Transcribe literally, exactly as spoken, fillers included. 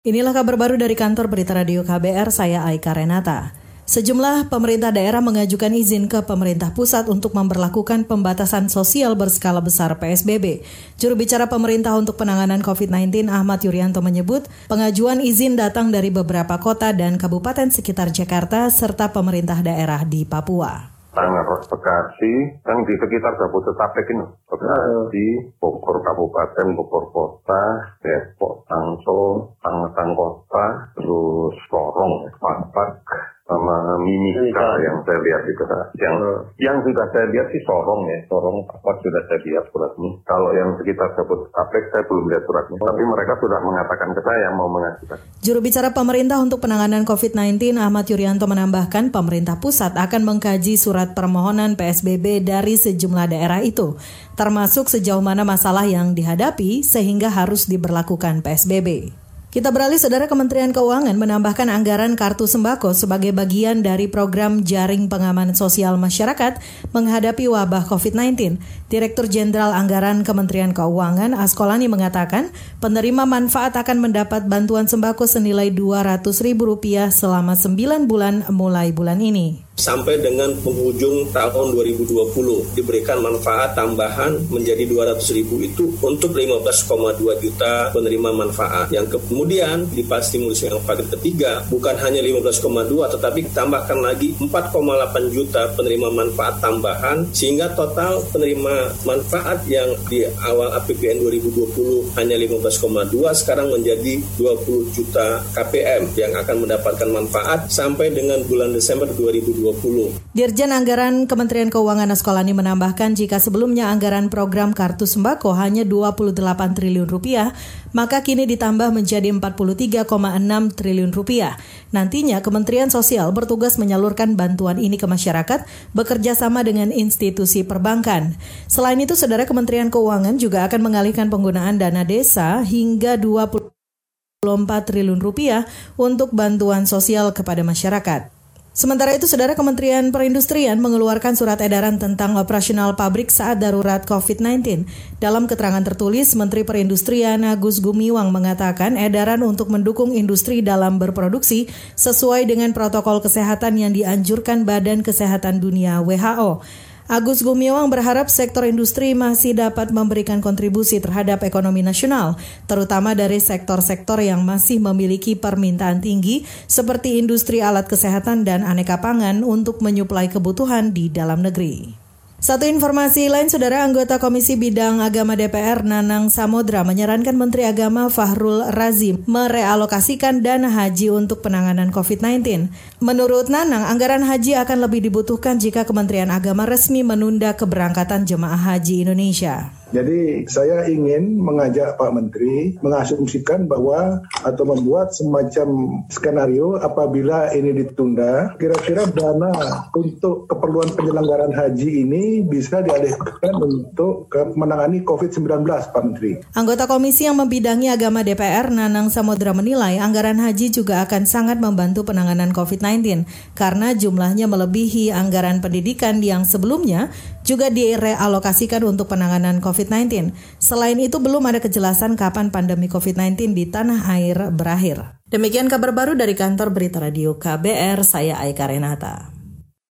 Inilah kabar baru dari kantor Berita Radio K B R, saya Aika Renata. Sejumlah pemerintah daerah mengajukan izin ke pemerintah pusat untuk memberlakukan pembatasan sosial berskala besar P S B B. Juru bicara pemerintah untuk penanganan covid sembilan belas Ahmad Yuryanto menyebut pengajuan izin datang dari beberapa kota dan kabupaten sekitar Jakarta serta pemerintah daerah di Papua. Tangerang, Bekasi, yang di sekitar Jabodetabek ini, Bekasi, Bogor Kabupaten, Bogor Kota, Depok, Tangsel, Tangerang Kota, terus Sorong, Papak, sama Mimika yang saya lihat itu. Yang yang sudah saya lihat sih Sorong ya, Sorong Papak sudah saya lihat suratnya. Kalau yang sekitar Jabodetabek saya belum lihat suratnya, tapi mereka sudah mengatakan ke saya mau mengajukan. Juru bicara pemerintah untuk penanganan covid sembilan belas Ahmad Yuryanto menambahkan pemerintah pusat akan mengkaji surat permohonan P S B B dari sejumlah daerah itu, termasuk sejauh mana masalah yang dihadapi sehingga harus diberlakukan P S B B. Kita beralih, Saudara. Kementerian Keuangan menambahkan anggaran kartu sembako sebagai bagian dari program jaring pengaman sosial masyarakat menghadapi wabah covid sembilan belas. Direktur Jenderal Anggaran Kementerian Keuangan Askolani mengatakan penerima manfaat akan mendapat bantuan sembako senilai dua ratus ribu rupiah selama sembilan bulan mulai bulan ini. Sampai dengan penghujung tahun dua ribu dua puluh diberikan manfaat tambahan menjadi dua ratus ribu itu untuk lima belas koma dua juta penerima manfaat. Yang kemudian di pas stimulus yang paket ketiga bukan hanya lima belas koma dua tetapi ditambahkan lagi empat koma delapan juta penerima manfaat tambahan, sehingga total penerima manfaat yang di awal A P B N dua ribu dua puluh hanya lima belas koma dua sekarang menjadi dua puluh juta K P M yang akan mendapatkan manfaat sampai dengan bulan Desember dua ribu dua puluh. Dirjen Anggaran Kementerian Keuangan Askolani menambahkan jika sebelumnya anggaran program kartu sembako hanya dua puluh delapan triliun rupiah, maka kini ditambah menjadi empat puluh tiga koma enam triliun rupiah. Nantinya Kementerian Sosial bertugas menyalurkan bantuan ini ke masyarakat bekerja sama dengan institusi perbankan. Selain itu, Saudara, Kementerian Keuangan juga akan mengalihkan penggunaan dana desa hingga dua puluh empat triliun rupiah untuk bantuan sosial kepada masyarakat. Sementara itu, Saudara, Kementerian Perindustrian mengeluarkan surat edaran tentang operasional pabrik saat darurat covid sembilan belas. Dalam keterangan tertulis, Menteri Perindustrian Agus Gumiwang mengatakan edaran untuk mendukung industri dalam berproduksi sesuai dengan protokol kesehatan yang dianjurkan Badan Kesehatan Dunia W H O. Agus Gumiwang berharap sektor industri masih dapat memberikan kontribusi terhadap ekonomi nasional, terutama dari sektor-sektor yang masih memiliki permintaan tinggi seperti industri alat kesehatan dan aneka pangan untuk menyuplai kebutuhan di dalam negeri. Satu informasi lain, Saudara, anggota Komisi Bidang Agama D P R Nanang Samodra menyarankan Menteri Agama Fahrul Razi merealokasikan dana haji untuk penanganan covid sembilan belas. Menurut Nanang, anggaran haji akan lebih dibutuhkan jika Kementerian Agama resmi menunda keberangkatan jemaah haji Indonesia. Jadi saya ingin mengajak Pak Menteri mengasumsikan bahwa atau membuat semacam skenario apabila ini ditunda, kira-kira dana untuk keperluan penyelenggaraan haji ini bisa dialihkan untuk menangani covid sembilan belas, Pak Menteri. Anggota komisi yang membidangi agama D P R Nanang Samodra menilai anggaran haji juga akan sangat membantu penanganan covid sembilan belas karena jumlahnya melebihi anggaran pendidikan yang sebelumnya juga direalokasikan untuk penanganan covid sembilan belas. Selain itu, belum ada kejelasan kapan pandemi covid sembilan belas di tanah air berakhir. Demikian kabar baru dari kantor Berita Radio K B R, saya Aika Renata.